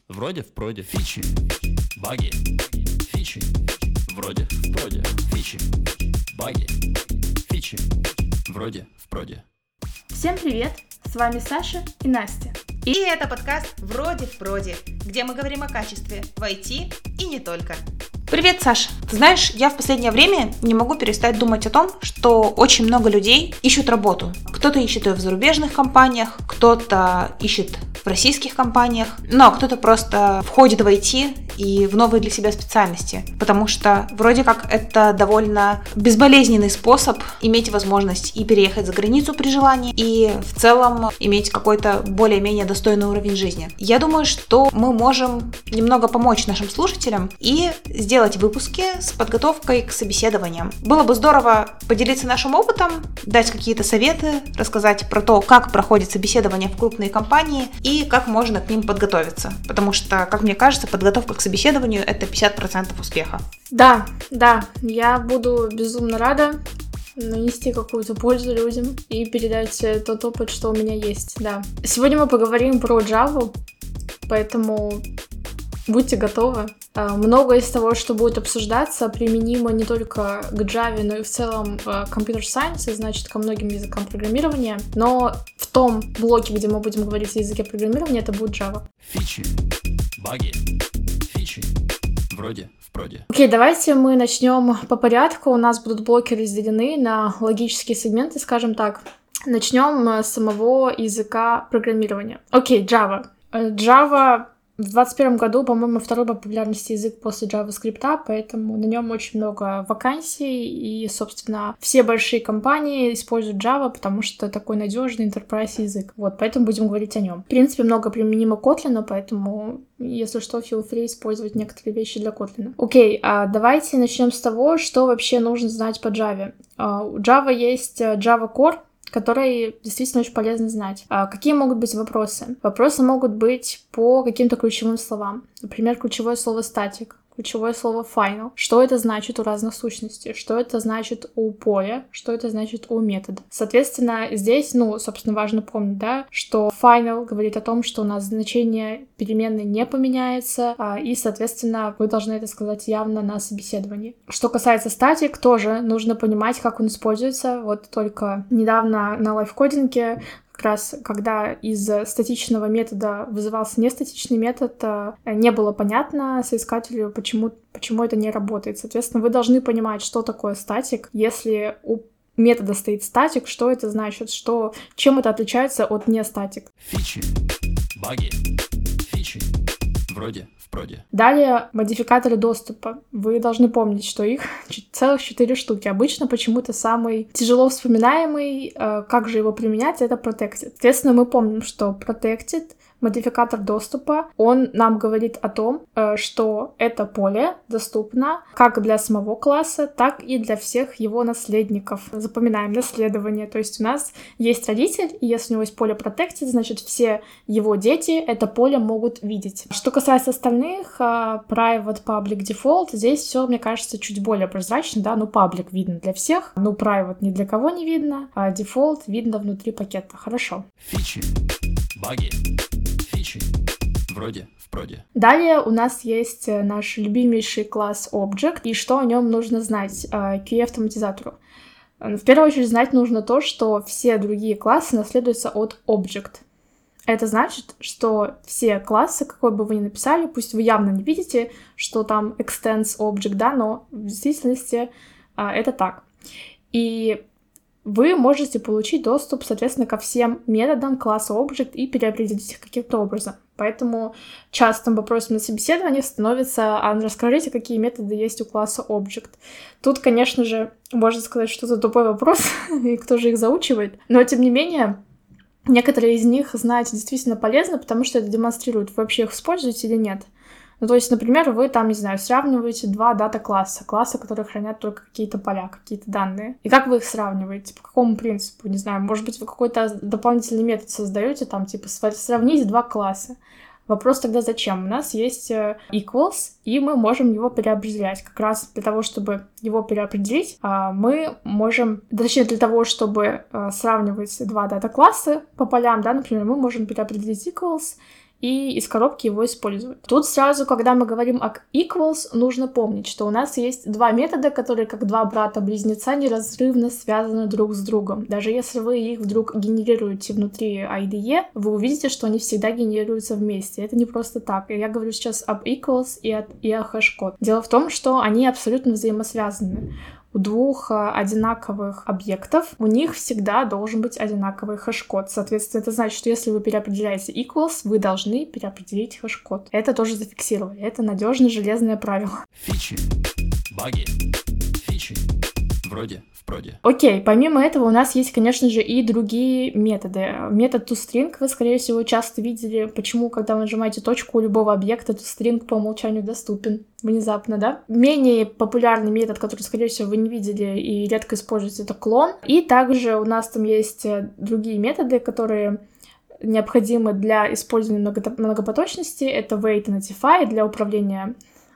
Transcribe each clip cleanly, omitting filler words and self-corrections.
Вроде в проде. Фичи, баги, фичи. Вроде в проде. Фичи, баги, фичи. Вроде в проде. Всем привет! С вами Саша и Настя. И это подкаст «Вроде в проде», где мы говорим о качестве в IT и не только. Привет, Саша. Ты знаешь, я в последнее время не могу перестать думать о том, что очень много людей ищут работу. Кто-то ищет ее в зарубежных компаниях, кто-то ищет в российских компаниях, но кто-то просто входит в IT и в новые для себя специальности, потому что вроде как это довольно безболезненный способ иметь возможность и переехать за границу при желании, и в целом иметь какой-то более-менее достойный уровень жизни. Я думаю, что мы можем немного помочь нашим слушателям и сделать выпуски с подготовкой к собеседованиям. Было бы здорово поделиться нашим опытом, дать какие-то советы, рассказать про то, как проходит собеседование в крупные компании и как можно к ним подготовиться. Потому что, как мне кажется, подготовка к собеседованию — это 50% успеха. Да, я буду безумно рада нанести какую-то пользу людям и передать тот опыт, что у меня есть, да. Сегодня мы поговорим про Java, поэтому будьте готовы. Многое из того, что будет обсуждаться, применимо не только к Java, но и в целом в Computer Science, значит, ко многим языкам программирования. Но в том блоке, где мы будем говорить о языке программирования, это будет Java. Фичи, баги, фичи. Вроде в проде. Окей, давайте мы начнем по порядку. У нас будут блоки разделены на логические сегменты, скажем так. Начнем с самого языка программирования. Окей, Java. Java в 2021 году, по-моему, второй по популярности язык после JavaScript, поэтому на нем очень много вакансий, и, собственно, все большие компании используют Java, потому что такой надежный enterprise язык. Вот, поэтому будем говорить о нем. В принципе, много применимо к Kotlin, поэтому, если что, feel free использовать некоторые вещи для Kotlin. Окей, давайте начнем с того, что вообще нужно знать по Java. У Java есть Java Core, которые действительно очень полезно знать. Какие могут быть вопросы? Вопросы могут быть по каким-то ключевым словам. Например, ключевое слово static, ключевое слово final. Что это значит у разных сущностей? Что это значит у поля? Что это значит у метода? Соответственно, здесь, собственно, важно помнить, да, что final говорит о том, что у нас значение переменной не поменяется, и, соответственно, вы должны это сказать явно на собеседовании. Что касается static, тоже нужно понимать, как он используется. Вот только недавно на лайфкодинге как раз, когда из статичного метода вызывался нестатичный метод, не было понятно соискателю, почему это не работает. Соответственно, вы должны понимать, что такое статик. Если у метода стоит статик, что это значит, чем это отличается от не статик. Фичи, баги, фичи. Вроде в проде. Далее модификаторы доступа. Вы должны помнить, что их целых 4 штуки. Обычно почему-то самый тяжело вспоминаемый, как же его применять, это protected. Соответственно, мы помним, что protected, модификатор доступа, он нам говорит о том, что это поле доступно как для самого класса, так и для всех его наследников. Запоминаем наследование. То есть у нас есть родитель, и если у него есть поле protected, значит все его дети это поле могут видеть. Что касается остальных, private, public, default, здесь все, мне кажется, чуть более прозрачно, да, public видно для всех, private ни для кого не видно, а default видно внутри пакета. Хорошо. Фичи, баги, фичи. Вроде в проде. Далее у нас есть наш любимейший класс Object, и что о нем нужно знать QA-автоматизатору. В первую очередь знать нужно то, что все другие классы наследуются от Object. Это значит, что все классы, какой бы вы ни написали, пусть вы явно не видите, что там extends Object, да, но в действительности это так. И вы можете получить доступ, соответственно, ко всем методам класса Object и переопределить их каким-то образом. Поэтому частым вопросом на собеседовании становится: расскажите, какие методы есть у класса Object. Тут, конечно же, можно сказать, что это тупой вопрос, и кто же их заучивает. Но, тем не менее, некоторые из них знать действительно полезно, потому что это демонстрирует, вы вообще их используете или нет. То есть, например, вы там, сравниваете два дата-класса, которые хранят только какие-то поля, какие-то данные. И как вы их сравниваете? По какому принципу? Не знаю, может быть, вы какой-то дополнительный метод создаете, сравнить два класса. Вопрос тогда зачем? У нас есть equals, и мы можем его переопределять. Как раз для того, чтобы его переопределить, мы можем, точнее, для того, чтобы сравнивать два дата-класса по полям, да, например, мы можем переопределить equals и из коробки его использовать. Тут сразу, когда мы говорим о equals, нужно помнить, что у нас есть два метода, которые как два брата-близнеца неразрывно связаны друг с другом. Даже если вы их вдруг генерируете внутри IDE, вы увидите, что они всегда генерируются вместе. Это не просто так. Я говорю сейчас об equals и о хэш-код. Дело в том, что они абсолютно взаимосвязаны. У двух одинаковых объектов у них всегда должен быть одинаковый хэш-код. Соответственно, это значит, что если вы переопределяете equals, вы должны переопределить хэш-код. Это тоже зафиксировали. Это надежное железное правило. Фичи, баги, фичи, вроде в проде. Окей, помимо этого у нас есть, конечно же, и другие методы. Метод toString вы, скорее всего, часто видели. Почему, когда вы нажимаете точку у любого объекта, toString по умолчанию доступен. Внезапно, да? Менее популярный метод, который, скорее всего, вы не видели и редко используете, это клон. И также у нас там есть другие методы, которые необходимы для использования многопоточности. Это wait и notify для управления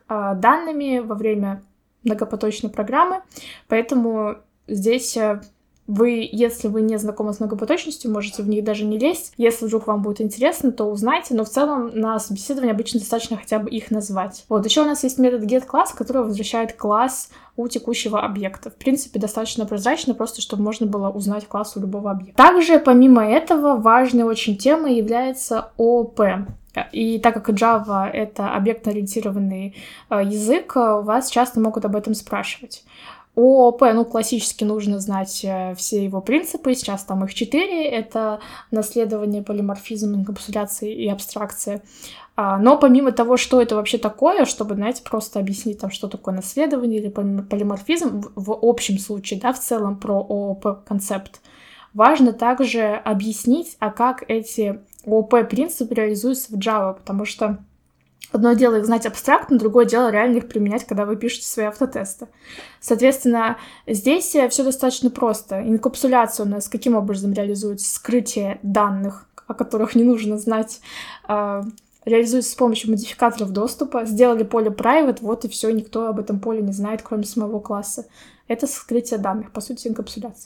данными во время многопоточной программы. Поэтому здесь вы, если вы не знакомы с многопоточностью, можете в них даже не лезть. Если вдруг вам будет интересно, то узнайте, но в целом на собеседовании обычно достаточно хотя бы их назвать. Вот, еще у нас есть метод getClass, который возвращает класс у текущего объекта. В принципе, достаточно прозрачно, просто чтобы можно было узнать класс у любого объекта. Также, помимо этого, важной очень темой является ООП. И так как Java — это объектно-ориентированный язык, вас часто могут об этом спрашивать. ООП, классически нужно знать все его принципы, сейчас там их 4, это наследование, полиморфизм, инкапсуляция и абстракция. Но помимо того, что это вообще такое, чтобы, знаете, просто объяснить, там, что такое наследование или полиморфизм, в общем случае, да, в целом про ООП-концепт, важно также объяснить, как эти ООП-принципы реализуются в Java, потому что одно дело их знать абстрактно, другое дело реально их применять, когда вы пишете свои автотесты. Соответственно, здесь все достаточно просто. Инкапсуляция у нас каким образом реализуется? Скрытие данных, о которых не нужно знать, реализуется с помощью модификаторов доступа. Сделали поле private, вот и все, никто об этом поле не знает, кроме самого класса. Это скрытие данных, по сути, инкапсуляция.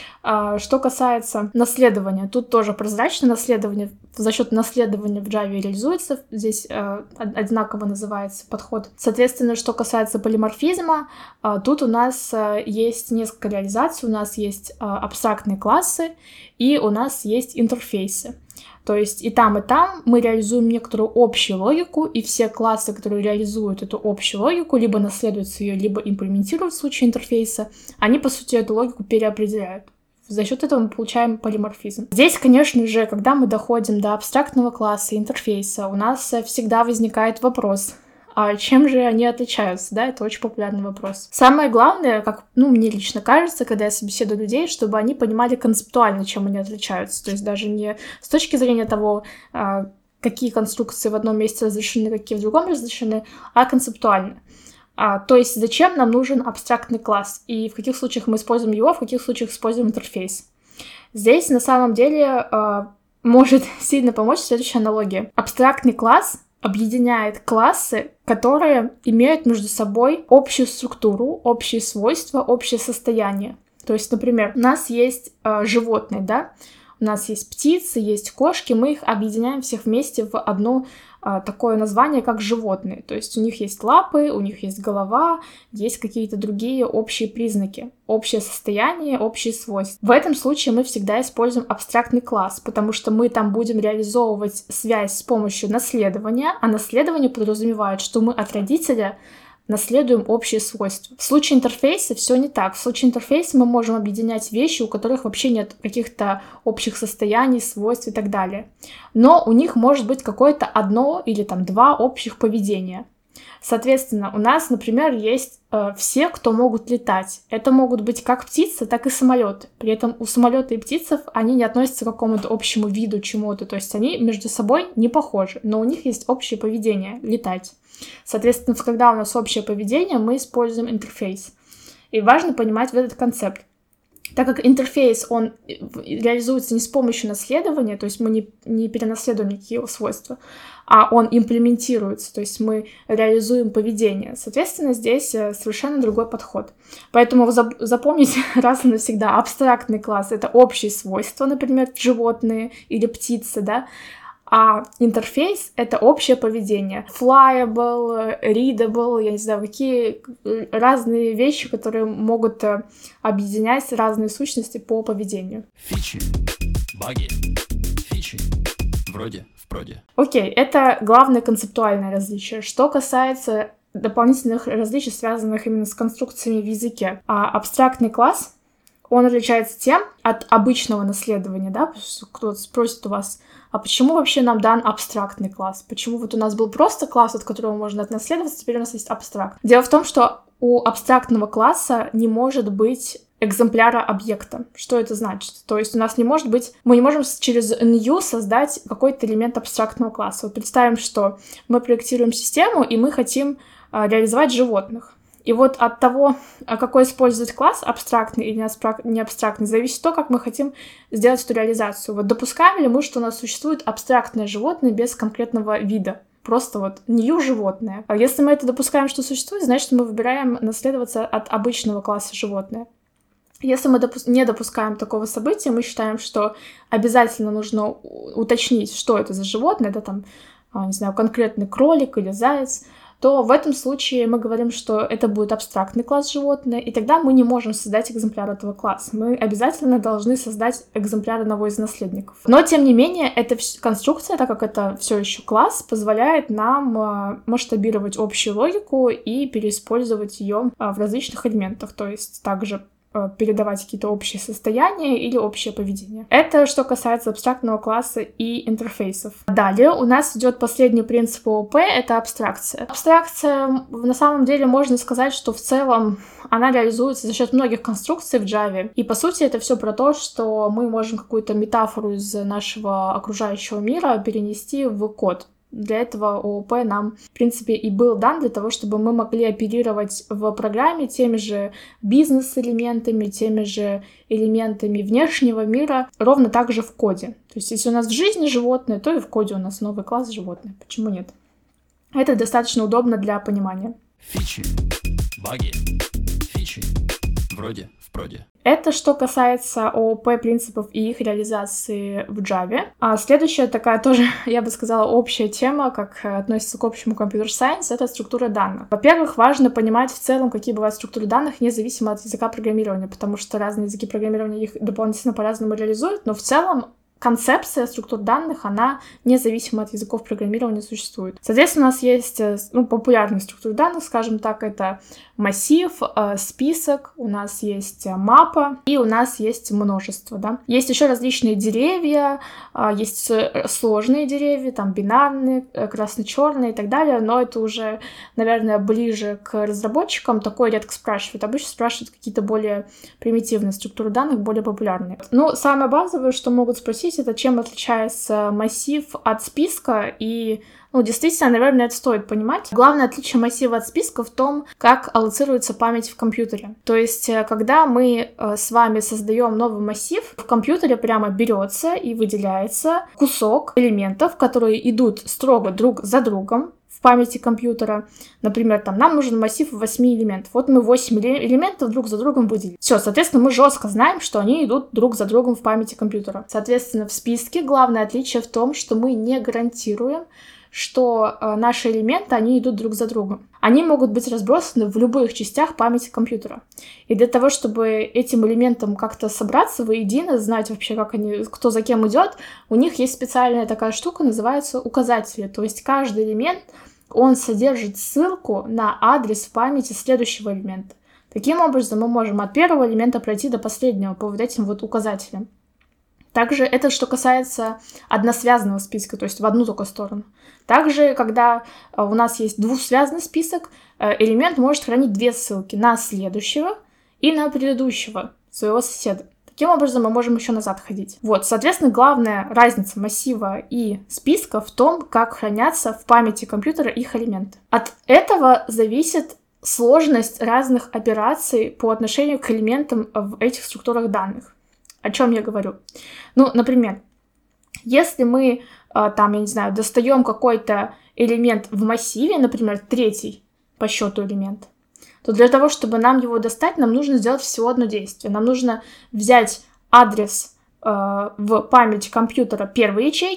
Что касается наследования, тут тоже прозрачно наследование, за счет наследования в Java реализуется, здесь одинаково называется подход. Соответственно, что касается полиморфизма, тут у нас есть несколько реализаций, у нас есть абстрактные классы и у нас есть интерфейсы. То есть и там мы реализуем некоторую общую логику, и все классы, которые реализуют эту общую логику, либо наследуют ее, либо имплементируют в случае интерфейса, они, по сути, эту логику переопределяют. За счет этого мы получаем полиморфизм. Здесь, конечно же, когда мы доходим до абстрактного класса, интерфейса, у нас всегда возникает вопрос, а чем же они отличаются, да, это очень популярный вопрос. Самое главное, как, мне лично кажется, когда я собеседую людей, чтобы они понимали концептуально, чем они отличаются, то есть даже не с точки зрения того, какие конструкции в одном месте разрешены, какие в другом разрешены, а концептуально. То есть зачем нам нужен абстрактный класс, и в каких случаях мы используем его, в каких случаях используем интерфейс. Здесь на самом деле может сильно помочь следующая аналогия. Абстрактный класс объединяет классы, которые имеют между собой общую структуру, общие свойства, общее состояние. То есть, например, у нас есть животные, да, у нас есть птицы, есть кошки, мы их объединяем всех вместе в одно такое название, как животные. То есть у них есть лапы, у них есть голова, есть какие-то другие общие признаки, общее состояние, общие свойства. В этом случае мы всегда используем абстрактный класс, потому что мы там будем реализовывать связь с помощью наследования, а наследование подразумевает, что мы от родителя наследуем общие свойства. В случае интерфейса все не так. В случае интерфейса мы можем объединять вещи, у которых вообще нет каких-то общих состояний, свойств и так далее. Но у них может быть какое-то одно или там два общих поведения. Соответственно, у нас, например, есть все, кто могут летать. Это могут быть как птицы, так и самолеты. При этом у самолета и птиц они не относятся к какому-то общему виду, чему-то. То есть они между собой не похожи, но у них есть общее поведение — летать. Соответственно, когда у нас общее поведение, мы используем интерфейс. И важно понимать этот концепт. Так как интерфейс, он реализуется не с помощью наследования, то есть мы не перенаследуем никакие свойства, а он имплементируется, то есть мы реализуем поведение. Соответственно, здесь совершенно другой подход. Поэтому запомните раз и навсегда, абстрактный класс — это общие свойства, например, животные или птицы, да, А интерфейс — это общее поведение. Flyable, readable, я не знаю, какие разные вещи, которые могут объединять разные сущности по поведению. Фичи, баги, фичи, вроде в проде. Окей, это главное концептуальное различие. Что касается дополнительных различий, связанных именно с конструкциями в языке. Абстрактный класс, он отличается тем от обычного наследования, да, кто-то спросит у вас, а почему вообще нам дан абстрактный класс? Почему вот у нас был просто класс, от которого можно отнаследоваться, теперь у нас есть абстракт? Дело в том, что у абстрактного класса не может быть экземпляра объекта. Что это значит? То есть у нас не может быть... Мы не можем через new создать какой-то элемент абстрактного класса. Вот представим, что мы проектируем систему, и мы хотим реализовать животных. И вот от того, какой использовать класс, абстрактный или не абстрактный, зависит то, как мы хотим сделать эту реализацию. Вот допускаем ли мы, что у нас существует абстрактное животное без конкретного вида? Просто вот new животное. А если мы это допускаем, что существует, значит, мы выбираем наследоваться от обычного класса животное. Если мы не допускаем такого события, мы считаем, что обязательно нужно уточнить, что это за животное, это там, не знаю, конкретный кролик или заяц, то в этом случае мы говорим, что это будет абстрактный класс животное, и тогда мы не можем создать экземпляр этого класса. Мы обязательно должны создать экземпляр одного из наследников. Но, тем не менее, эта конструкция, так как это все еще класс, позволяет нам масштабировать общую логику и переиспользовать ее в различных элементах, то есть также передавать какие-то общие состояния или общее поведение. Это что касается абстрактного класса и интерфейсов. Далее у нас идет последний принцип ООП — это абстракция. Абстракция, на самом деле, можно сказать, что в целом она реализуется за счет многих конструкций в Java. И, по сути, это все про то, что мы можем какую-то метафору из нашего окружающего мира перенести в код. Для этого ООП нам, в принципе, и был дан для того, чтобы мы могли оперировать в программе теми же бизнес-элементами, теми же элементами внешнего мира, ровно так же в коде. То есть, если у нас в жизни животное, то и в коде у нас новый класс животное. Почему нет? Это достаточно удобно для понимания. Фичи, баги, фичи, вроде в проде. Это что касается ООП принципов и их реализации в Java. А следующая такая тоже, я бы сказала, общая тема, как относится к общему компьютер-сайенс, это структура данных. Во-первых, важно понимать в целом, какие бывают структуры данных, независимо от языка программирования, потому что разные языки программирования их дополнительно по-разному реализуют, но в целом концепция структур данных, она независимо от языков программирования существует. Соответственно, у нас есть популярные структуры данных, скажем так, это массив, список, у нас есть мапа и у нас есть множество, да. Есть еще различные деревья, есть сложные деревья, там бинарные, красно-черные и так далее, но это уже, наверное, ближе к разработчикам, такое редко спрашивают. Обычно спрашивают какие-то более примитивные структуры данных, более популярные. Ну, самое базовое, что могут спросить, это чем отличается массив от списка, и действительно, наверное, это стоит понимать. Главное отличие массива от списка в том, как аллоцируется память в компьютере. То есть, когда мы с вами создаем новый массив, в компьютере прямо берется и выделяется кусок элементов, которые идут строго друг за другом в памяти компьютера. Например, там нам нужен массив 8 элементов. Вот мы 8 элементов друг за другом выделили. Все, соответственно, мы жестко знаем, что они идут друг за другом в памяти компьютера. Соответственно, в списке главное отличие в том, что мы не гарантируем, что наши элементы, они идут друг за другом. Они могут быть разбросаны в любых частях памяти компьютера. И для того, чтобы этим элементам как-то собраться воедино, знать вообще, как они, кто за кем идет, у них есть специальная такая штука, называется указатели. То есть каждый элемент, он содержит ссылку на адрес в памяти следующего элемента. Таким образом, мы можем от первого элемента пройти до последнего по вот этим вот указателям. Также это что касается односвязанного списка, то есть в одну только сторону. Также, когда у нас есть двусвязанный список, элемент может хранить две ссылки на следующего и на предыдущего своего соседа. Таким образом, мы можем еще назад ходить. Вот, соответственно, главная разница массива и списка в том, как хранятся в памяти компьютера их элементы. От этого зависит сложность разных операций по отношению к элементам в этих структурах данных. О чем я говорю? Например, если мы, достаем какой-то элемент в массиве, например, третий по счету элемент, то для того, чтобы нам его достать, нам нужно сделать всего одно действие. Нам нужно взять адрес в память компьютера первой ячейки,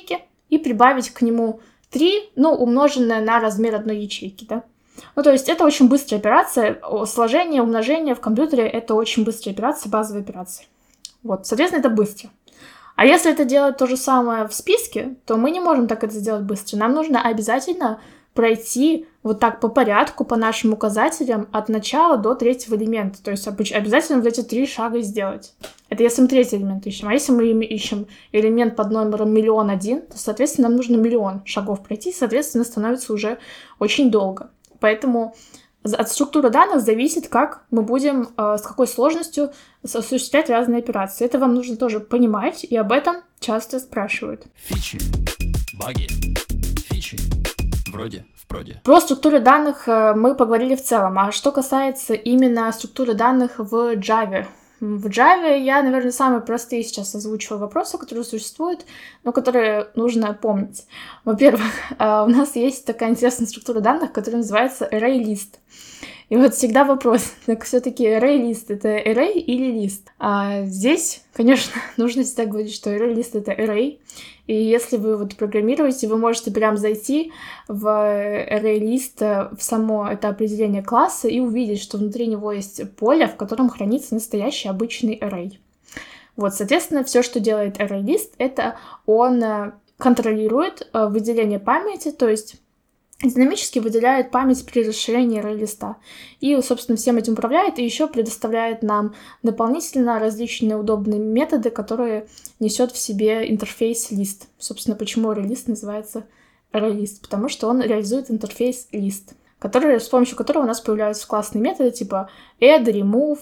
и прибавить к нему 3, умноженное на размер одной ячейки, да. То есть это очень быстрая операция. Сложение, умножение в компьютере — это очень быстрая операция, базовая операция. Вот, соответственно, это быстро. А если это делать то же самое в списке, то мы не можем так это сделать быстро. Нам нужно обязательно пройти вот так по порядку, по нашим указателям от начала до третьего элемента. То есть обязательно вот эти 3 шага сделать. Это если мы третий элемент ищем. А если мы ищем элемент под номером 1 000 001, то, соответственно, нам нужно 1 000 000 шагов пройти, соответственно, становится уже очень долго. Поэтому от структуры данных зависит, как мы будем, с какой сложностью осуществлять разные операции. Это вам нужно тоже понимать, и об этом часто спрашивают. Фичи, баги, фичи, вроде в проде. Про структуру данных мы поговорили в целом. А что касается именно структуры данных в Java? В Java я, наверное, самые простые сейчас озвучиваю вопросы, которые существуют, но которые нужно помнить. Во-первых, у нас есть такая интересная структура данных, которая называется ArrayList. И вот всегда вопрос, так все-таки ArrayList — это array или лист? Здесь, конечно, нужно всегда говорить, что ArrayList — это array. И если вы вот программируете, вы можете прям зайти в ArrayList, в само это определение класса, и увидеть, что внутри него есть поле, в котором хранится настоящий обычный array. Вот, соответственно, все, что делает ArrayList, это он контролирует выделение памяти, то есть динамически выделяет память при расширении ArrayList. И, собственно, всем этим управляет, и еще предоставляет нам дополнительно различные удобные методы, которые несет в себе интерфейс list. Собственно, почему ArrayList называется ArrayList? Потому что он реализует интерфейс list, с помощью которого у нас появляются классные методы типа add, remove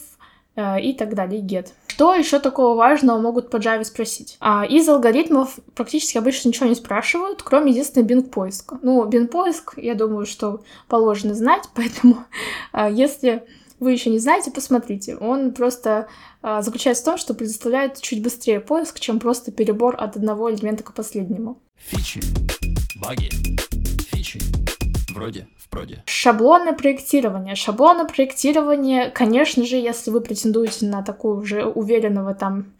и так далее, и get. Что еще такого важного могут по Java спросить? Из алгоритмов практически обычно ничего не спрашивают, кроме единственного Bing-поиска. Bing-поиск, я думаю, что положено знать, поэтому если вы еще не знаете, посмотрите. Он просто заключается в том, что предоставляет чуть быстрее поиск, чем просто перебор от одного элемента к последнему. Фичи, баги, фичи, вроде в проде. Шаблоны проектирования. Шаблоны проектирования, конечно же, если вы претендуете на такую уже уверенного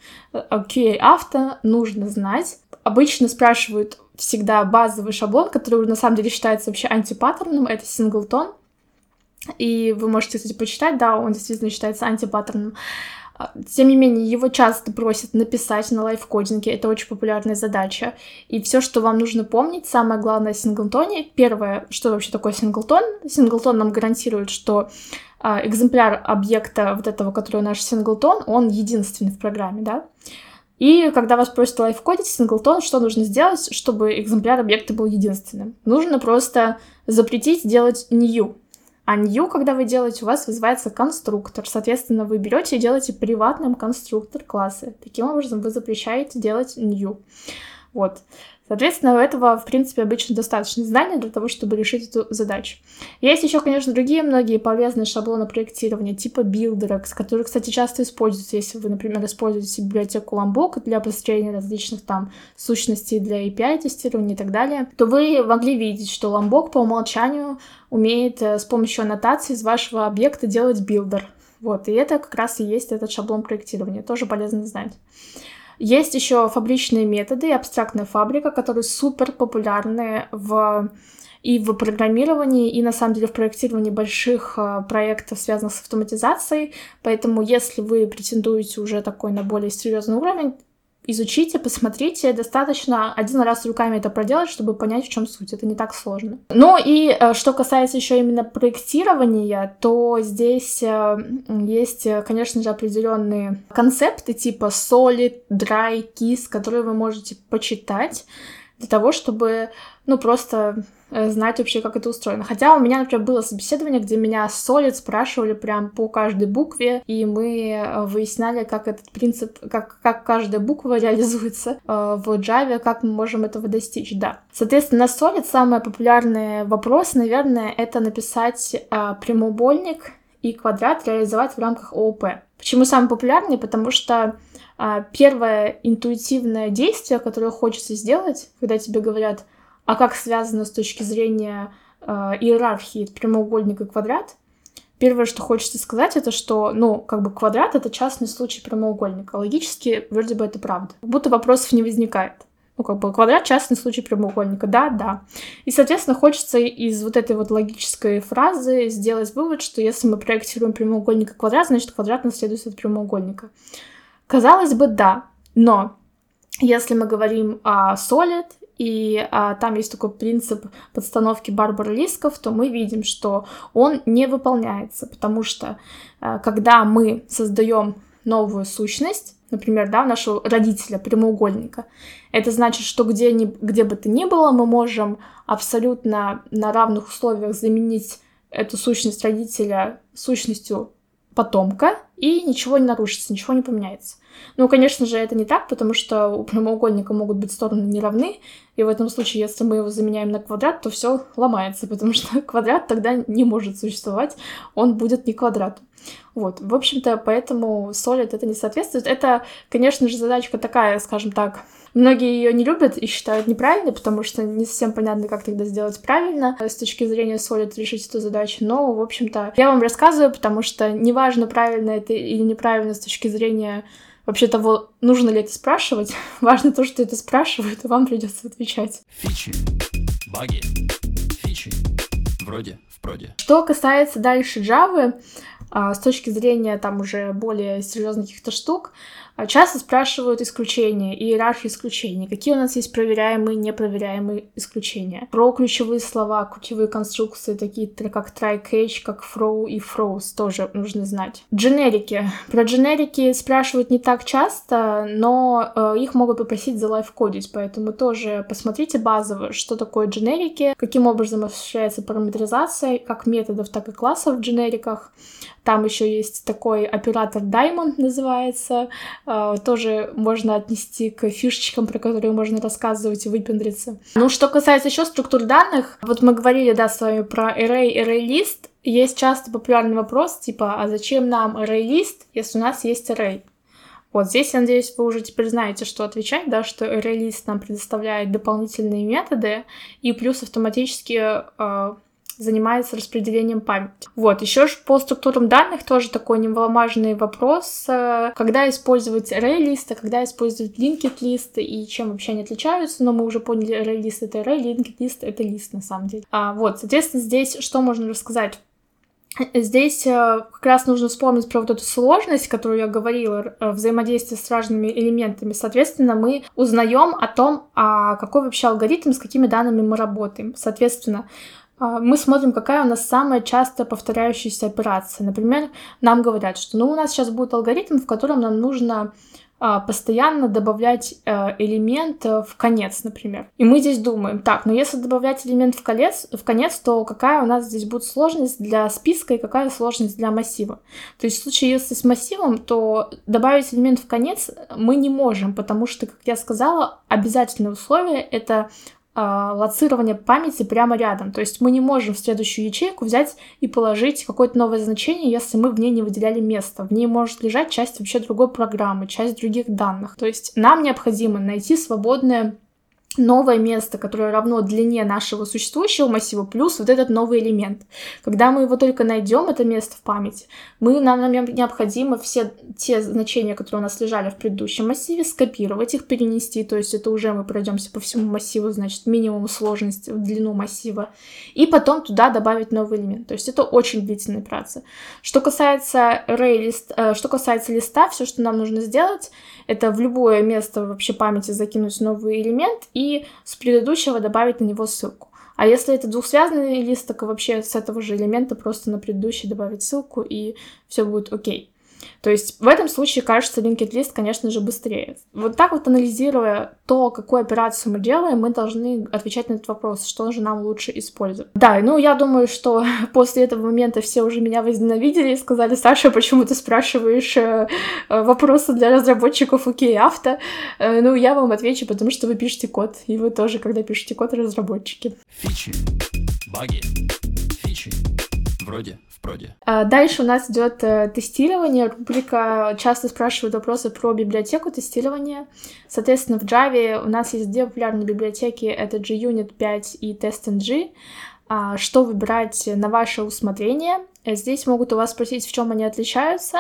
QA-авто, нужно знать. Обычно спрашивают всегда базовый шаблон, который на самом деле считается вообще антипаттерном, это синглтон. И вы можете, кстати, почитать, да, он действительно считается антипаттерном. Тем не менее, его часто просят написать на лайфкодинге, это очень популярная задача. И все, что вам нужно помнить, самое главное в синглтоне. Первое, что вообще такое синглтон? Синглтон нам гарантирует, что экземпляр объекта вот этого, который наш синглтон, он единственный в программе, да? И когда вас просят лайфкодить синглтон, что нужно сделать, чтобы экземпляр объекта был единственным? Нужно просто запретить делать new. А new, когда вы делаете, у вас вызывается конструктор. Соответственно, вы берете и делаете приватным конструктор класса. Таким образом, вы запрещаете делать new. Вот. Соответственно, этого, в принципе, обычно достаточно знаний для того, чтобы решить эту задачу. Есть еще, конечно, другие многие полезные шаблоны проектирования, типа Builder, которые, кстати, часто используются, если вы, например, используете библиотеку Lombok для построения различных сущностей для API-тестирования и так далее, то вы могли видеть, что Lombok по умолчанию умеет с помощью аннотации из вашего объекта делать Builder. Вот, и это как раз и есть этот шаблон проектирования, тоже полезно знать. Есть еще фабричные методы, абстрактная фабрика, которые супер популярны и в программировании, и на самом деле в проектировании больших проектов, связанных с автоматизацией. Поэтому если вы претендуете уже на более серьезный уровень, изучите, посмотрите, достаточно один раз руками это проделать, чтобы понять, в чем суть. Это не так сложно. Ну и что касается еще именно проектирования, то здесь есть, конечно же, определенные концепты типа Solid, Dry, KISS, которые вы можете почитать для того, чтобы, просто знать вообще, как это устроено. Хотя у меня, например, было собеседование, где меня Solid спрашивали прям по каждой букве, и мы выясняли, как этот принцип, как каждая буква реализуется в Java, как мы можем этого достичь, да. Соответственно, на Solid самый популярный вопрос, наверное, это написать прямоугольник и квадрат реализовать в рамках ООП. Почему самый популярный? Потому что первое интуитивное действие, которое хочется сделать, когда тебе говорят, а как связано с точки зрения иерархии прямоугольник и квадрат, первое, что хочется сказать, это что, квадрат — это частный случай прямоугольника. Логически, вроде бы, это правда. Как будто вопросов не возникает. Квадрат — частный случай прямоугольника. Да. И, соответственно, хочется из вот этой вот логической фразы сделать вывод, что если мы проектируем прямоугольник как квадрат, значит, квадрат наследует от прямоугольника. Казалось бы, да. Но если мы говорим о Solid, и там есть такой принцип подстановки Барбары-Лисков, то мы видим, что он не выполняется, потому что когда мы создаем новую сущность, например, нашего родителя, прямоугольника, это значит, что где бы то ни было, мы можем абсолютно на равных условиях заменить эту сущность родителя сущностью потомка, и ничего не нарушится, ничего не поменяется. Конечно же, это не так, потому что у прямоугольника могут быть стороны неравны, и в этом случае, если мы его заменяем на квадрат, то все ломается, потому что квадрат тогда не может существовать, он будет не квадратом. В общем-то, поэтому Solid это не соответствует. Это, конечно же, задачка такая, скажем так, многие ее не любят и считают неправильной, потому что не совсем понятно, как тогда сделать правильно с точки зрения Solid решить эту задачу. Но, в общем-то, я вам рассказываю, потому что неважно, правильно это или неправильно с точки зрения вообще того, нужно ли это спрашивать. Важно то, что это спрашивают, и вам придется отвечать. Фичи, баги, фичи, вроде, впроде. Что касается дальше Java, с точки зрения там уже более серьезных каких-то штук, часто спрашивают исключения, иерархию исключений. Какие у нас есть проверяемые и непроверяемые исключения. Про ключевые слова, ключевые конструкции, такие как try-catch, как throw и throws, тоже нужно знать. Дженерики. Про дженерики спрашивают не так часто, но их могут попросить залайфкодить, поэтому тоже посмотрите базово, что такое дженерики, каким образом осуществляется параметризация как методов, так и классов в дженериках. Там еще есть такой оператор Diamond называется, тоже можно отнести к фишечкам, про которые можно рассказывать и выпендриться. Что касается еще структур данных, мы говорили, с вами про array, array-list. Есть часто популярный вопрос, а зачем нам array-list, если у нас есть array? Здесь, я надеюсь, вы уже теперь знаете, что отвечать, что array-list нам предоставляет дополнительные методы и плюс автоматически занимается распределением памяти. Еще по структурам данных тоже такой немаловажный вопрос. Когда использовать array-лист, а когда использовать linked-лист и чем вообще они отличаются, но мы уже поняли, array-лист — это array, linked-лист — это лист на самом деле. Соответственно, здесь что можно рассказать? Здесь как раз нужно вспомнить про эту сложность, которую я говорила, взаимодействие с разными элементами. Соответственно, мы узнаем о том, какой вообще алгоритм, с какими данными мы работаем. Соответственно, мы смотрим, какая у нас самая часто повторяющаяся операция. Например, нам говорят, что у нас сейчас будет алгоритм, в котором нам нужно постоянно добавлять элемент в конец, например. И мы здесь думаем, если добавлять элемент в конец, то какая у нас здесь будет сложность для списка и какая сложность для массива. То есть в случае, если с массивом, то добавить элемент в конец мы не можем, потому что, как я сказала, обязательное условие — это лоцирование памяти прямо рядом. То есть мы не можем в следующую ячейку взять и положить какое-то новое значение, если мы в ней не выделяли место. В ней может лежать часть вообще другой программы, часть других данных. То есть нам необходимо найти свободное новое место, которое равно длине нашего существующего массива, плюс этот новый элемент. Когда мы его только найдем, это место в памяти, нам необходимо все те значения, которые у нас лежали в предыдущем массиве, скопировать их, перенести, то есть это уже мы пройдемся по всему массиву, значит, минимум сложности в длину массива, и потом туда добавить новый элемент. То есть это очень длительная операция. Что касается листа, все, что нам нужно сделать, это в любое место вообще памяти закинуть новый элемент и с предыдущего добавить на него ссылку. А если это двухсвязанный лист, так вообще с этого же элемента просто на предыдущий добавить ссылку, и все будет окей. То есть в этом случае, кажется, linked list, конечно же, быстрее. Так анализируя то, какую операцию мы делаем, мы должны отвечать на этот вопрос, что же нам лучше использовать. Я думаю, что после этого момента все уже меня возненавидели и сказали: Саша, почему ты спрашиваешь вопросы для разработчиков OKAuto? Я вам отвечу, потому что вы пишете код, и вы тоже, когда пишете код, разработчики. Фичи, баги, фичи, вроде, впроде. Дальше у нас идет тестирование. Рубрика часто спрашивают вопросы про библиотеку тестирования. Соответственно, в Java у нас есть две популярные библиотеки. Это JUnit 5 и TestNG. что выбирать на ваше усмотрение. Здесь могут у вас спросить, в чем они отличаются,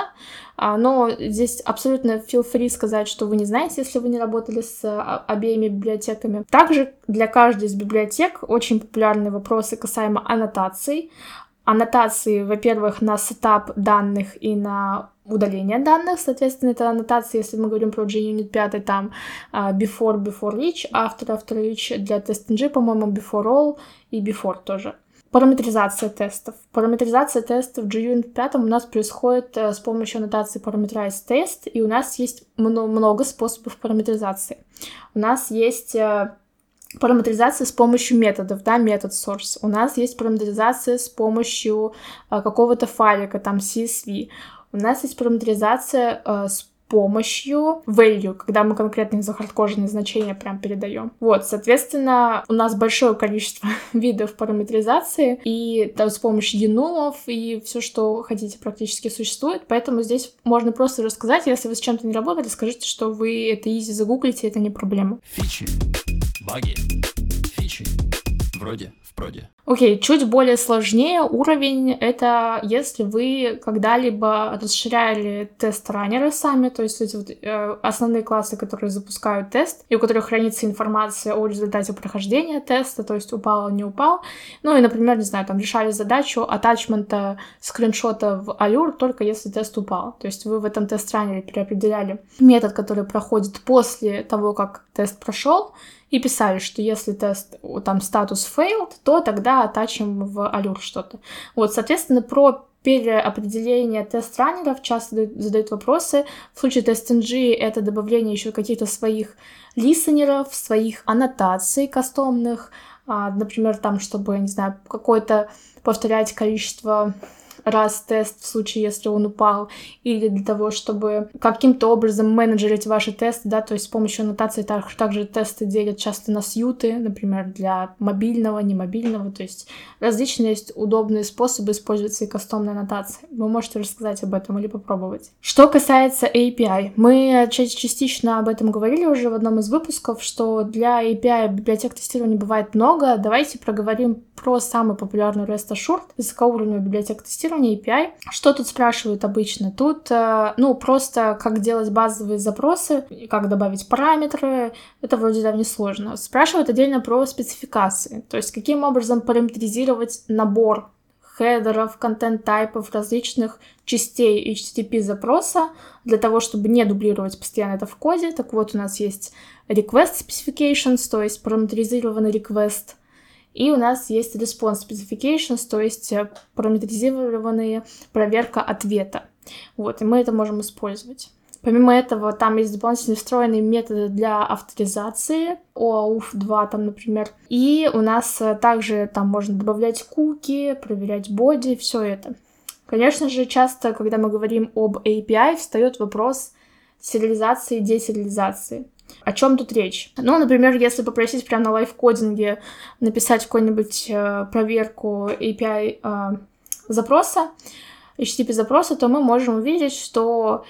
но здесь абсолютно feel free сказать, что вы не знаете, если вы не работали с обеими библиотеками. Также для каждой из библиотек очень популярные вопросы касаемо аннотаций. Аннотации, во-первых, на сетап данных и на удаление данных, соответственно, это аннотации, если мы говорим про JUnit 5, там before each, after each, для TestNG, по-моему, before all и before тоже. Параметризация тестов. Параметризация тестов в JUnit 5 у нас происходит с помощью аннотации parameterize test, и у нас есть много способов параметризации. У нас есть параметризация с помощью методов, да, метод source. У нас есть параметризация с помощью какого-то файлика, там CSV. У нас есть параметризация с помощью value, когда мы конкретные захардкоженные значения прям передаем. Вот, соответственно, у нас большое количество видов параметризации, и там с помощью enum'ов, и все, что хотите, практически существует, поэтому здесь можно просто рассказать, если вы с чем-то не работали, скажите, что вы это easy загуглите, это не проблема. Фичи, баги, фичи, вроде в проде. Окей, чуть более сложнее уровень — это если вы когда-либо расширяли тест-раннеры сами, то есть эти вот основные классы, которые запускают тест, и у которых хранится информация о результате прохождения теста, то есть упал, не упал. Ну и, например, не знаю, там решали задачу атачмента скриншота в Allure только если тест упал. То есть вы в этом тест-раннере переопределяли метод, который проходит после того, как тест прошел, и писали, что если тест, там, статус failed, то тогда атачим в Allure что-то. Вот, соответственно, про переопределение тест-раннеров часто задают вопросы. В случае TestNG это добавление еще каких-то своих листенеров, своих аннотаций кастомных, например, там, чтобы, не знаю, какое-то повторять количество раз тест в случае, если он упал, или для того, чтобы каким-то образом менеджерить ваши тесты, да, то есть с помощью аннотации также тесты делят часто на сьюты, например, для мобильного, немобильного, то есть различные есть удобные способы использовать свои кастомные аннотации. Вы можете рассказать об этом или попробовать. Что касается API, мы частично об этом говорили уже в одном из выпусков, что для API библиотек тестирования бывает много. Давайте проговорим про самый популярный REST Assured, высокоуровневую библиотеку тестирования API. Что тут спрашивают обычно? Тут, просто как делать базовые запросы, как добавить параметры, это вроде да несложно. Спрашивают отдельно про спецификации, то есть каким образом параметризировать набор хедеров, контент-тайпов, различных частей HTTP запроса для того, чтобы не дублировать постоянно это в коде. Так вот, у нас есть request specifications, то есть параметризированный request, и у нас есть response specifications, то есть параметризированная проверка ответа. Вот, и мы это можем использовать. Помимо этого, там есть дополнительные встроенные методы для авторизации, OAuth 2 там, например. И у нас также там можно добавлять куки, проверять боди, все это. Конечно же, часто, когда мы говорим об API, встает вопрос сериализации и десериализации. О чем тут речь? Ну, например, если попросить прямо на лайфкодинге написать какую-нибудь проверку API запроса, HTTP запроса, то мы можем увидеть, что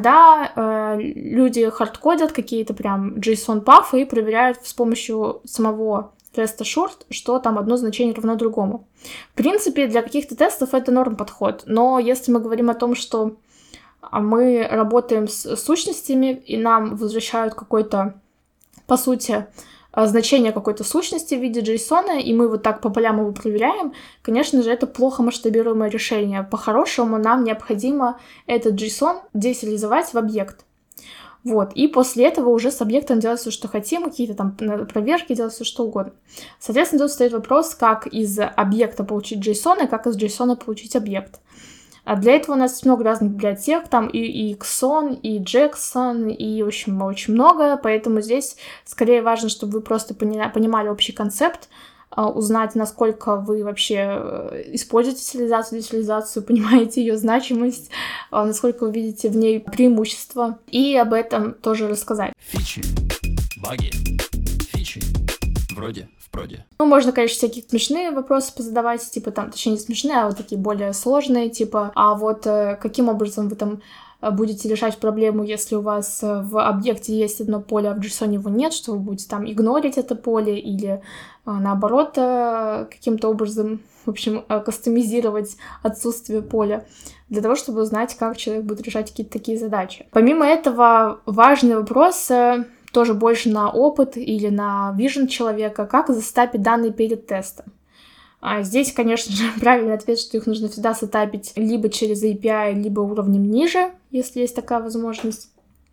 иногда люди хардкодят какие-то прям JSON-пафы и проверяют с помощью самого REST Assured, что там одно значение равно другому. В принципе, для каких-то тестов это норм подход, но если мы говорим о том, что мы работаем с сущностями, и нам возвращают какой-то, по сути, значение какой-то сущности в виде JSON, и мы вот так по полям его проверяем, конечно же, это плохо масштабируемое решение. По-хорошему, нам необходимо этот JSON десериализовать в объект. Вот, и после этого уже с объектом делать все, что хотим, какие-то там проверки, делать все, что угодно. Соответственно, тут стоит вопрос, как из объекта получить JSON, и как из JSON получить объект. А для этого у нас есть много разных библиотек, там и Xon, и Jackson, и, в общем, очень много, поэтому здесь скорее важно, чтобы вы просто понимали общий концепт, узнать, насколько вы вообще используете сериализацию, десериализацию, понимаете ее значимость, насколько вы видите в ней преимущества, и об этом тоже рассказать. Фичи, баги, фичи, вроде в проде. Ну, можно, конечно, всякие смешные вопросы позадавать, типа там, точнее, не смешные, а вот такие более сложные, типа, а вот каким образом вы там будете решать проблему, если у вас в объекте есть одно поле, а в JSON его нет, что вы будете там игнорить это поле или наоборот каким-то образом, в общем, кастомизировать отсутствие поля для того, чтобы узнать, как человек будет решать какие-то такие задачи. Помимо этого, важный вопрос тоже больше на опыт или на vision человека, как засетапить данные перед тестом. Здесь, конечно же, правильный ответ, что их нужно всегда сетапить либо через API, либо уровнем ниже, если есть такая возможность.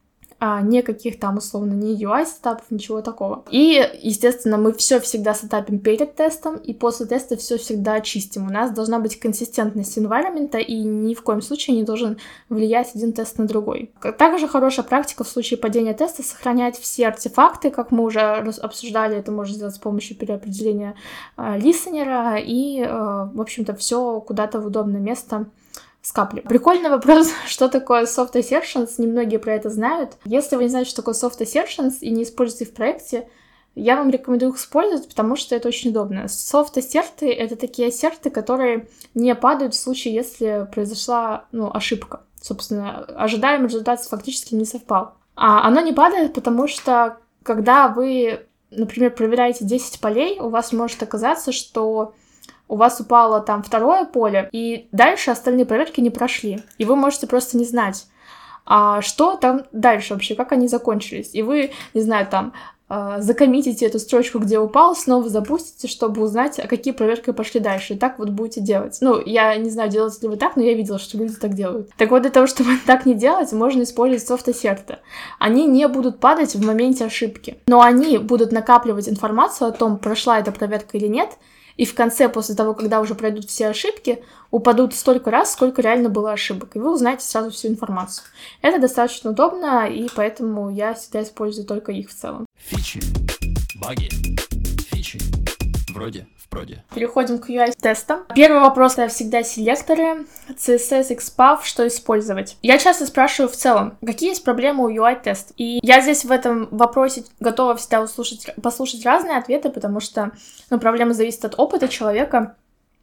Никаких там, условно, ни UI-сетапов, ничего такого. И, естественно, мы все всегда сетапим перед тестом, и после теста все всегда чистим. У нас должна быть консистентность environment, и ни в коем случае не должен влиять один тест на другой. Также хорошая практика в случае падения теста — сохранять все артефакты, как мы уже обсуждали, это можно сделать с помощью переопределения листенера, и, в общем-то, все куда-то в удобное место скапливать. Прикольный вопрос, что такое soft assertions, немногие про это знают. Если вы не знаете, что такое soft assertions и не используете их в проекте, я вам рекомендую их использовать, потому что это очень удобно. Soft ассерты — это такие ассерты, которые не падают в случае, если произошла ошибка. Собственно, ожидаемый результат фактически не совпал. Оно не падает, потому что когда вы, например, проверяете 10 полей, у вас может оказаться, что у вас упало там второе поле, и дальше остальные проверки не прошли. И вы можете просто не знать, что там дальше вообще, как они закончились. И вы, не знаю, там, закоммитите эту строчку, где упал, снова запустите, чтобы узнать, какие проверки пошли дальше. И так вот будете делать. Я не знаю, делаете ли вы так, но я видела, что люди так делают. Так вот, для того, чтобы так не делать, можно использовать софт-ассерты. Они не будут падать в моменте ошибки, но они будут накапливать информацию о том, прошла эта проверка или нет, и в конце, после того, когда уже пройдут все ошибки, упадут столько раз, сколько реально было ошибок, и вы узнаете сразу всю информацию. Это достаточно удобно, и поэтому я всегда использую только их в целом. Фичи, баги, фичи, вроде в проде. Переходим к UI-тестам. Первый вопрос — это всегда селекторы, CSS, XPath, что использовать. Я часто спрашиваю в целом, какие есть проблемы у UI-теста. И я здесь в этом вопросе готова всегда послушать разные ответы, потому что проблемы зависят от опыта человека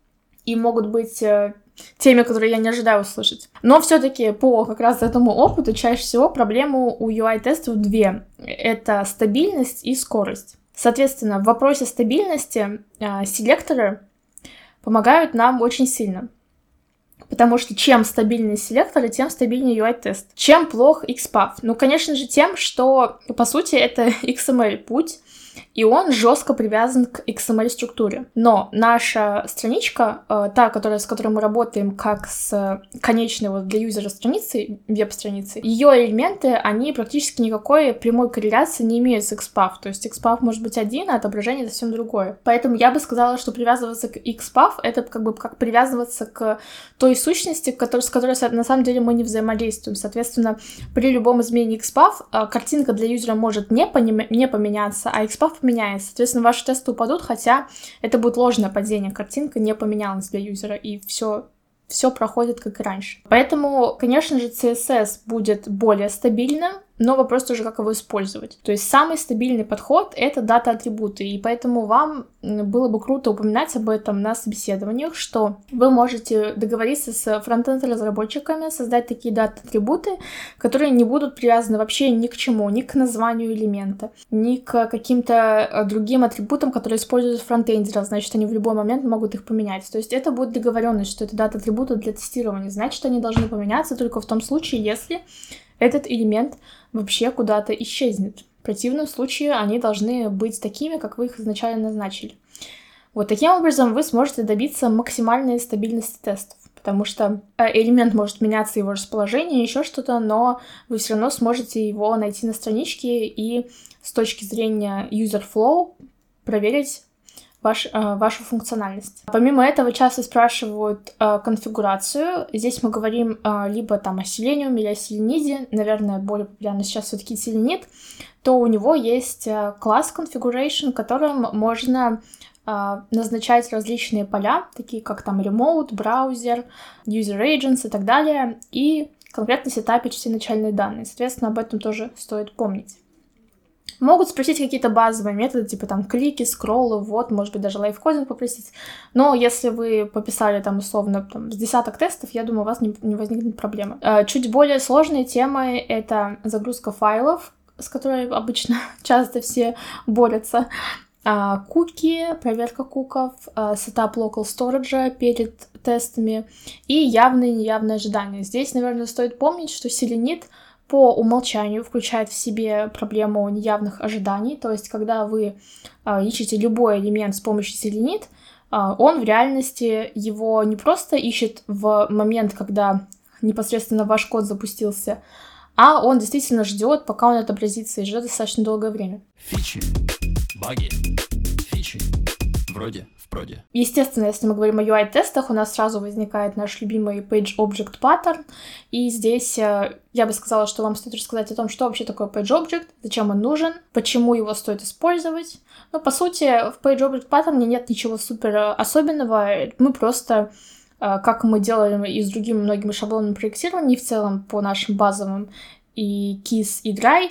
и могут быть теми, которые я не ожидаю услышать. Но все-таки по как раз этому опыту чаще всего проблему у UI-тестов две. Это стабильность и скорость. Соответственно, в вопросе стабильности селекторы помогают нам очень сильно. Потому что чем стабильнее селекторы, тем стабильнее UI-тест. Чем плох XPath? Конечно же, тем, что, по сути, это XML-путь, и он жестко привязан к XML-структуре. Но наша страничка, та, с которой мы работаем как с конечной для юзера страницей, веб-страницей, ее элементы, они практически никакой прямой корреляции не имеют с XPath. То есть XPath может быть один, а отображение совсем другое. Поэтому я бы сказала, что привязываться к XPath — это как привязываться к той сущности, с которой на самом деле мы не взаимодействуем. Соответственно, при любом изменении XPath картинка для юзера может не поменяться, а XPath поменяется. Соответственно, ваши тесты упадут, хотя это будет ложное падение. Картинка не поменялась для юзера, и все проходит как и раньше. Поэтому, конечно же, CSS будет более стабильным, но вопрос тоже, как его использовать. То есть самый стабильный подход — это дата-атрибуты, и поэтому вам было бы круто упоминать об этом на собеседованиях, что вы можете договориться с фронтенд-разработчиками, создать такие дата-атрибуты, которые не будут привязаны вообще ни к чему, ни к названию элемента, ни к каким-то другим атрибутам, которые используют фронтендеры, значит, они в любой момент могут их поменять. То есть это будет договоренность, что это дата-атрибуты для тестирования, значит, они должны поменяться только в том случае, если этот элемент вообще куда-то исчезнет. В противном случае они должны быть такими, как вы их изначально назначили. Вот таким образом вы сможете добиться максимальной стабильности тестов, потому что элемент может меняться, его расположение, еще что-то, но вы все равно сможете его найти на страничке и с точки зрения user flow проверить вашу функциональность. Помимо этого часто спрашивают конфигурацию. Здесь мы говорим либо там о Selenium или о Selenium, наверное, более популярно сейчас все-таки Selenium, то у него есть класс configuration, в котором можно назначать различные поля, такие как там remote, браузер, user agents и так далее, и конкретно сетапить все начальные данные. Соответственно, об этом тоже стоит помнить. Могут спросить какие-то базовые методы, типа там клики, скроллы, вот, может быть, даже лайфкодинг попросить. Но если вы пописали там условно там, с десяток тестов, я думаю, у вас не возникнет проблемы. Чуть более сложные темы — это загрузка файлов, с которой обычно часто все борются. Куки, проверка куков, сетап local storage перед тестами и явные и неявные ожидания. Здесь, наверное, стоит помнить, что Selenit по умолчанию включает в себе проблему неявных ожиданий, то есть когда вы ищете любой элемент с помощью Selenit, он в реальности его не просто ищет в момент, когда непосредственно ваш код запустился, а он действительно ждет, пока он отобразится, и ждет достаточно долгое время. Фичи, баги, фичи, вроде в проде. Естественно, если мы говорим о UI-тестах, у нас сразу возникает наш любимый PageObject Pattern, и здесь я бы сказала, что вам стоит рассказать о том, что вообще такое PageObject, зачем он нужен, почему его стоит использовать. Ну, по сути, в PageObject Pattern нет ничего супер особенного, мы просто, как мы делали и с другими многими шаблонами проектирования, в целом по нашим базовым и KISS, и Dry,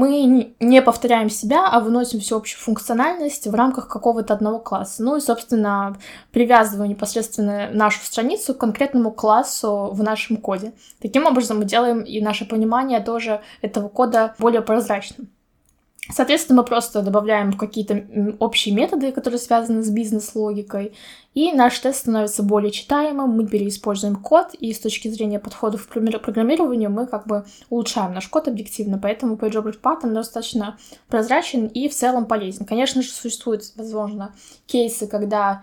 мы не повторяем себя, а выносим всю общую функциональность в рамках какого-то одного класса. Ну и, собственно, привязываем непосредственно нашу страницу к конкретному классу в нашем коде. Таким образом, мы делаем и наше понимание тоже этого кода более прозрачным. Соответственно, мы просто добавляем какие-то общие методы, которые связаны с бизнес-логикой, и наш тест становится более читаемым, мы переиспользуем код, и с точки зрения подходов к программированию мы как бы улучшаем наш код объективно, поэтому PageObject Pattern достаточно прозрачен и в целом полезен. Конечно же, существуют, возможно, кейсы, когда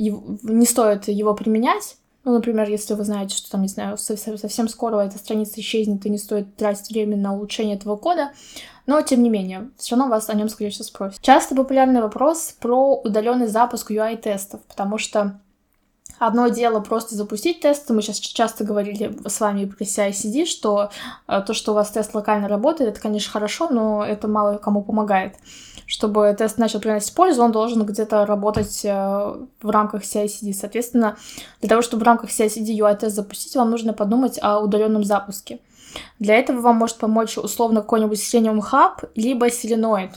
не стоит его применять. Ну, например, если вы знаете, что там, не знаю, совсем скоро эта страница исчезнет и не стоит тратить время на улучшение этого кода, но, тем не менее, все равно вас о нем, скорее всего, спросят. Часто популярный вопрос про удаленный запуск UI-тестов, потому что одно дело просто запустить тесты, мы сейчас часто говорили с вами про CI/CD, что то, что у вас тест локально работает, это, конечно, хорошо, но это мало кому помогает. Чтобы тест начал приносить пользу, он должен где-то работать в рамках CI/CD. Соответственно, для того, чтобы в рамках CI/CD UI-тест запустить, вам нужно подумать о удаленном запуске. Для этого вам может помочь условно какой-нибудь Selenium Hub, либо Selenoid.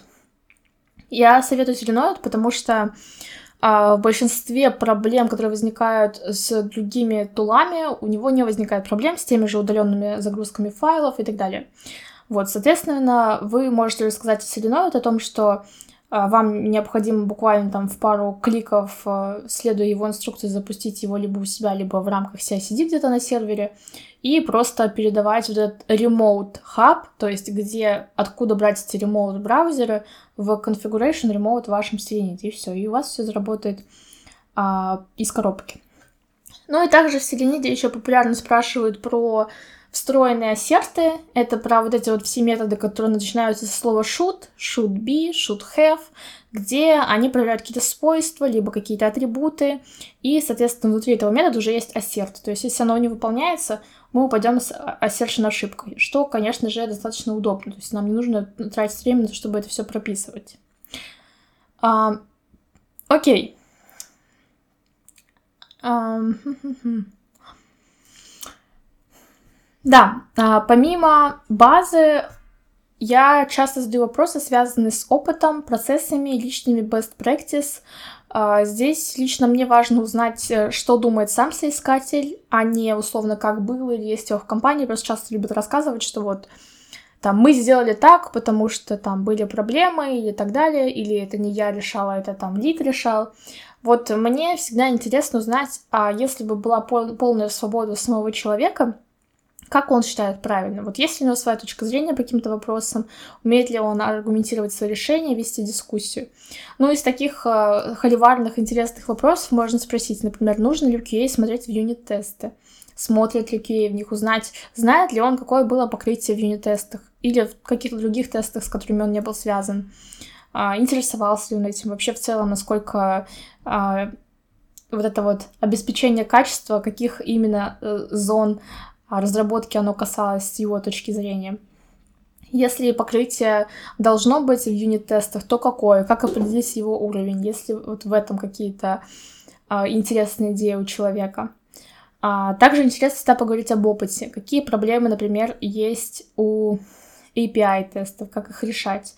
Я советую Selenoid, потому что в большинстве проблем, которые возникают с другими тулами, у него не возникает проблем с теми же удаленными загрузками файлов и так далее. Вот, соответственно, вы можете рассказать Selenoid о том, что вам необходимо буквально там в пару кликов, следуя его инструкции, запустить его либо у себя, либо в рамках CI/CD где-то на сервере, и просто передавать вот этот remote hub, то есть откуда брать эти remote браузеры, в configuration remote в вашем Selenium, и все, и у вас все заработает из коробки. Ну и также в Selenium еще популярно спрашивают про встроенные ассерты. Это про вот эти вот все методы, которые начинаются со слова should be, should have, где они проверяют какие-то свойства, либо какие-то атрибуты, и, соответственно, внутри этого метода уже есть ассерт. То есть, если оно не выполняется, мы упадем с assertion ошибкой, что, конечно же, достаточно удобно. То есть, нам не нужно тратить время, чтобы это все прописывать. Окей. Да, помимо базы, я часто задаю вопросы, связанные с опытом, процессами, личными best practice. Здесь лично мне важно узнать, что думает сам соискатель, а не условно как было или есть его в компании. Просто часто любят рассказывать, что вот там мы сделали так, потому что там были проблемы и так далее, или это не я решала, это там лид решал. Вот мне всегда интересно узнать, а если бы была полная свобода самого человека, как он считает правильно? Вот есть ли у него своя точка зрения по каким-то вопросам? Умеет ли он аргументировать свои решения, вести дискуссию? Ну, из таких холиварных, интересных вопросов можно спросить, например, нужно ли в QA смотреть в юнит-тесты? Смотрит ли QA в них? Узнать, знает ли он, какое было покрытие в юнит-тестах? Или в каких-то других тестах, с которыми он не был связан? Интересовался ли он этим? Вообще, в целом, насколько вот это вот обеспечение качества, каких именно зон разработки оно касалось с его точки зрения. Если покрытие должно быть в юнит-тестах, то какое? Как определить его уровень? Если вот в этом какие-то интересные идеи у человека. Также интересно всегда поговорить об опыте. Какие проблемы, например, есть у API-тестов, как их решать?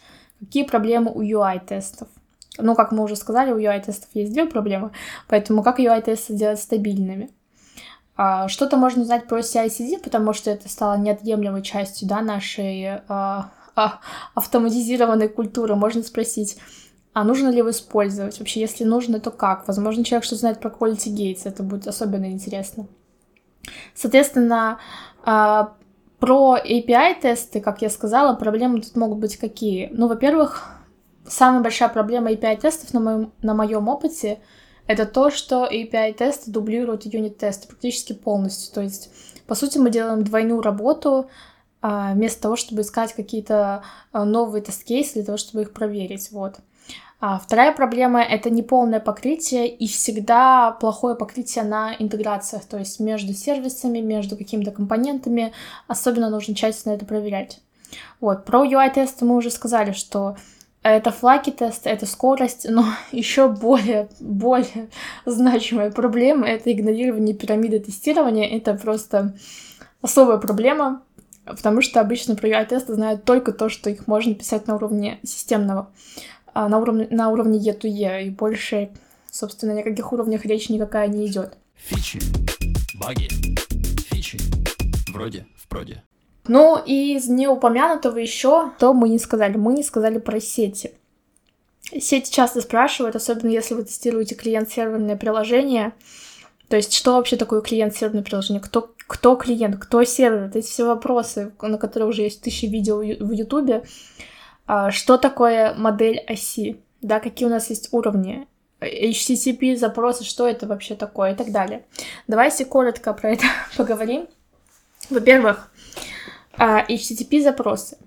Какие проблемы у UI-тестов? Ну, как мы уже сказали, у UI-тестов есть две проблемы, поэтому как UI-тесты сделать стабильными? Что-то можно узнать про CI/CD, потому что это стало неотъемлемой частью, да, нашей автоматизированной культуры. Можно спросить, а нужно ли его использовать? Вообще, если нужно, то как? Возможно, человек что-то знает про Quality Gates, это будет особенно интересно. Соответственно, про API-тесты, как я сказала, проблемы тут могут быть какие? Ну, во-первых, самая большая проблема API-тестов на моем опыте — это то, что API-тесты дублируют юнит-тесты практически полностью. То есть, по сути, мы делаем двойную работу вместо того, чтобы искать какие-то новые тест-кейсы для того, чтобы их проверить. Вот. Вторая проблема — это неполное покрытие и всегда плохое покрытие на интеграциях, то есть между сервисами, между какими-то компонентами. Особенно нужно тщательно это проверять. Вот. Про UI-тесты мы уже сказали, что это флаги-тесты, это скорость, но еще более значимая проблема — это игнорирование пирамиды тестирования. Это просто особая проблема, потому что обычно про UI-тесты знают только то, что их можно писать на уровне системного, на уровне E2E, и больше, собственно, ни о каких уровнях речь никакая не идет. Фичи, баги, фичи, вроде в проде. Ну, и из неупомянутого еще, то мы не сказали. Мы не сказали про сети. Сети часто спрашивают, особенно если вы тестируете клиент-серверное приложение. То есть, что вообще такое клиент-серверное приложение? Кто клиент? Кто сервер? Это все вопросы, на которые уже есть 1000 видео в Ютубе. Что такое модель оси? Да, какие у нас есть уровни? HTTP запросы, что это вообще такое и так далее. Давайте коротко про это поговорим. Во-первых, HTTP запросы.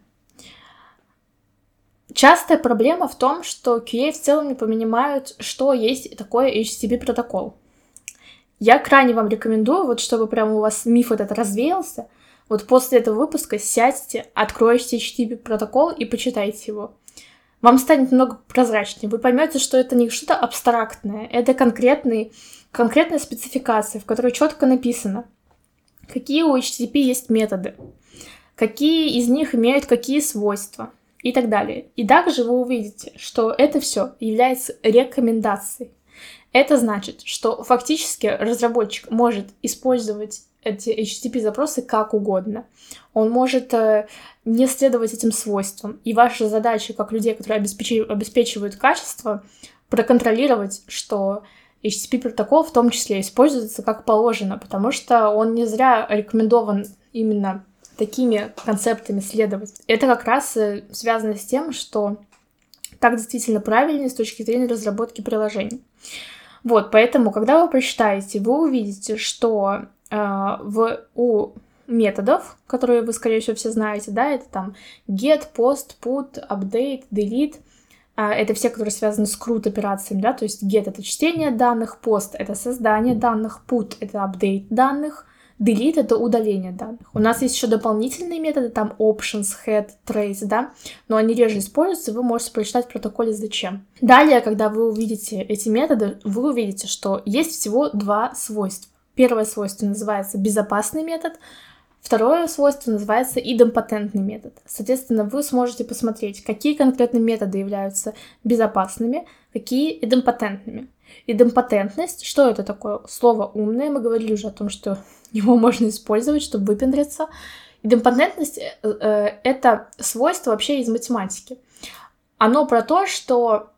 Частая проблема в том, что QA в целом не понимают, что есть такое HTTP протокол. Я крайне вам рекомендую, вот чтобы прямо у вас миф этот развеялся, вот после этого выпуска сядьте, откройте HTTP протокол и почитайте его. Вам станет немного прозрачнее. Вы поймете, что это не что-то абстрактное, это конкретная спецификация, в которой четко написано, какие у HTTP есть методы, какие из них имеют какие свойства и так далее. И также вы увидите, что это все является рекомендацией. Это значит, что фактически разработчик может использовать эти HTTP-запросы как угодно. Он может не следовать этим свойствам. И ваша задача, как людей, которые обеспечивают качество, проконтролировать, что HTTP-протокол в том числе используется как положено, потому что он не зря рекомендован именно такими концептами следовать. Это как раз связано с тем, что так действительно правильнее с точки зрения разработки приложений. Вот, поэтому, когда вы прочитаете, вы увидите, что у методов, которые вы, скорее всего, все знаете, да, это там get, post, put, update, delete, это все, которые связаны с CRUD операциями, да, то есть get — это чтение данных, post — это создание данных, put — это update данных, delete — это удаление данных. У нас есть еще дополнительные методы, там options, head, trace, да, но они реже используются, вы можете прочитать в протоколе зачем. Далее, когда вы увидите эти методы, вы увидите, что есть всего два свойства. Первое свойство называется безопасный метод, второе свойство называется идемпотентный метод. Соответственно, вы сможете посмотреть, какие конкретно методы являются безопасными, какие идемпотентными. Идемпотентность, что это такое? Слово умное, мы говорили уже о том, что его можно использовать, чтобы выпендриться. Идемпотентность — это свойство вообще из математики. Оно про то, что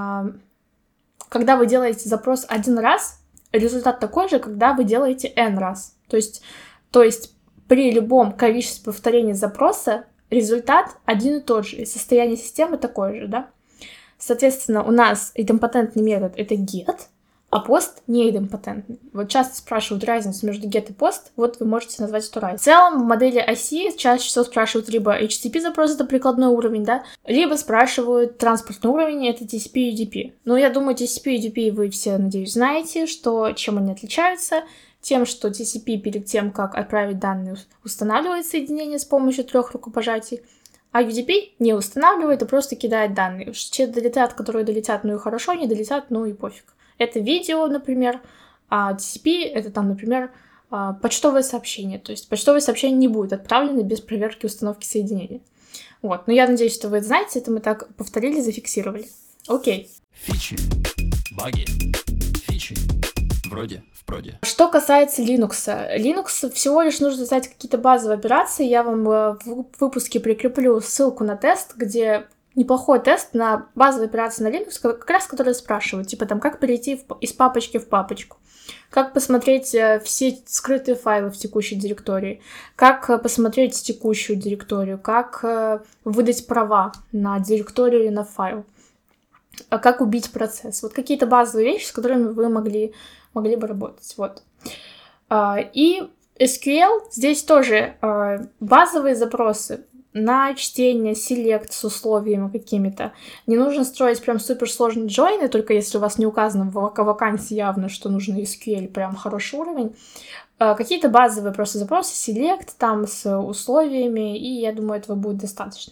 когда вы делаете запрос один раз, результат такой же, когда вы делаете n раз. То есть при любом количестве повторений запроса результат один и тот же, и состояние системы такое же, да? Соответственно, у нас идемпотентный метод — это get, а post не идемпотентный. Вот часто спрашивают разницу между get и post, вот вы можете назвать эту разницу. В целом, в модели оси чаще всего спрашивают либо HTTP запрос, это прикладной уровень, да, либо спрашивают транспортный уровень, это TCP и UDP. Ну, я думаю, TCP и UDP вы все, надеюсь, знаете, чем они отличаются. Тем, что TCP перед тем, как отправить данные, устанавливает соединение с помощью 3 рукопожатий, а UDP не устанавливает и просто кидает данные. Те долетят, которые долетят, ну и хорошо, не долетят, ну и пофиг. Это видео, например, а TCP — это там, например, почтовое сообщение. То есть почтовое сообщение не будет отправлено без проверки установки соединения. Вот, но я надеюсь, что вы это знаете, это мы так повторили, зафиксировали. Окей. Фичи, баги, фичи, вроде в проде. Что касается Linux. Linux всего лишь нужно знать какие-то базовые операции. Я вам в выпуске прикреплю ссылку на тест, где неплохой тест на базовые операции на Linux, как раз которые спрашивают, типа там, как перейти из папочки в папочку, как посмотреть все скрытые файлы в текущей директории, как посмотреть текущую директорию, как выдать права на директорию или на файл, как убить процесс. Вот какие-то базовые вещи, с которыми вы могли бы работать. Вот. И SQL здесь тоже базовые запросы на чтение, селект с условиями какими-то. Не нужно строить прям суперсложные джойны, только если у вас не указано в вакансии явно, что нужно SQL, прям хороший уровень. Какие-то базовые просто запросы, селект там с условиями, и я думаю, этого будет достаточно.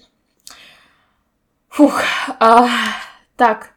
Так.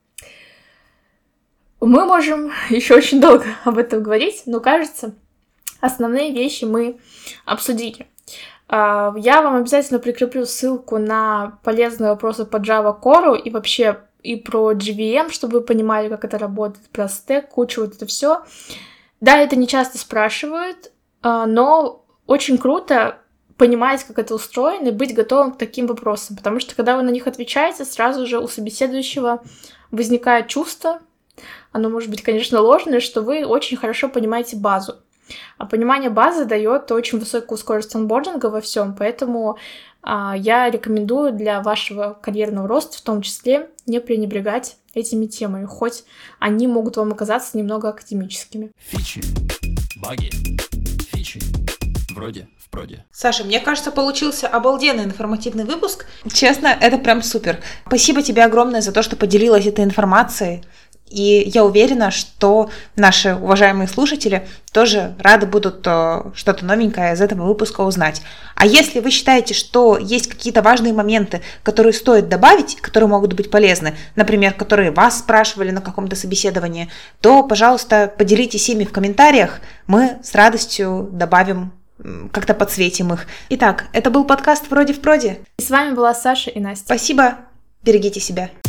Мы можем еще очень долго об этом говорить, но, кажется, основные вещи мы обсудили. Я вам обязательно прикреплю ссылку на полезные вопросы по Java Core и вообще и про JVM, чтобы вы понимали, как это работает, про стэк, кучу вот это все. Да, это не часто спрашивают, но очень круто понимать, как это устроено, и быть готовым к таким вопросам, потому что, когда вы на них отвечаете, сразу же у собеседующего возникает чувство, оно может быть, конечно, ложное, что вы очень хорошо понимаете базу. А понимание базы дает очень высокую скорость онбординга во всем, поэтому я рекомендую для вашего карьерного роста в том числе не пренебрегать этими темами, хоть они могут вам оказаться немного академическими. Фичи, баги, фичи, вроде в проде. Саша, мне кажется, получился обалденный информативный выпуск. Честно, это прям супер. Спасибо тебе огромное за то, что поделилась этой информацией. И я уверена, что наши уважаемые слушатели тоже рады будут что-то новенькое из этого выпуска узнать. А если вы считаете, что есть какие-то важные моменты, которые стоит добавить, которые могут быть полезны, например, которые вас спрашивали на каком-то собеседовании, то, пожалуйста, поделитесь ими в комментариях. Мы с радостью добавим, как-то подсветим их. Итак, это был подкаст «Вроде в проде». И с вами была Саша и Настя. Спасибо, берегите себя.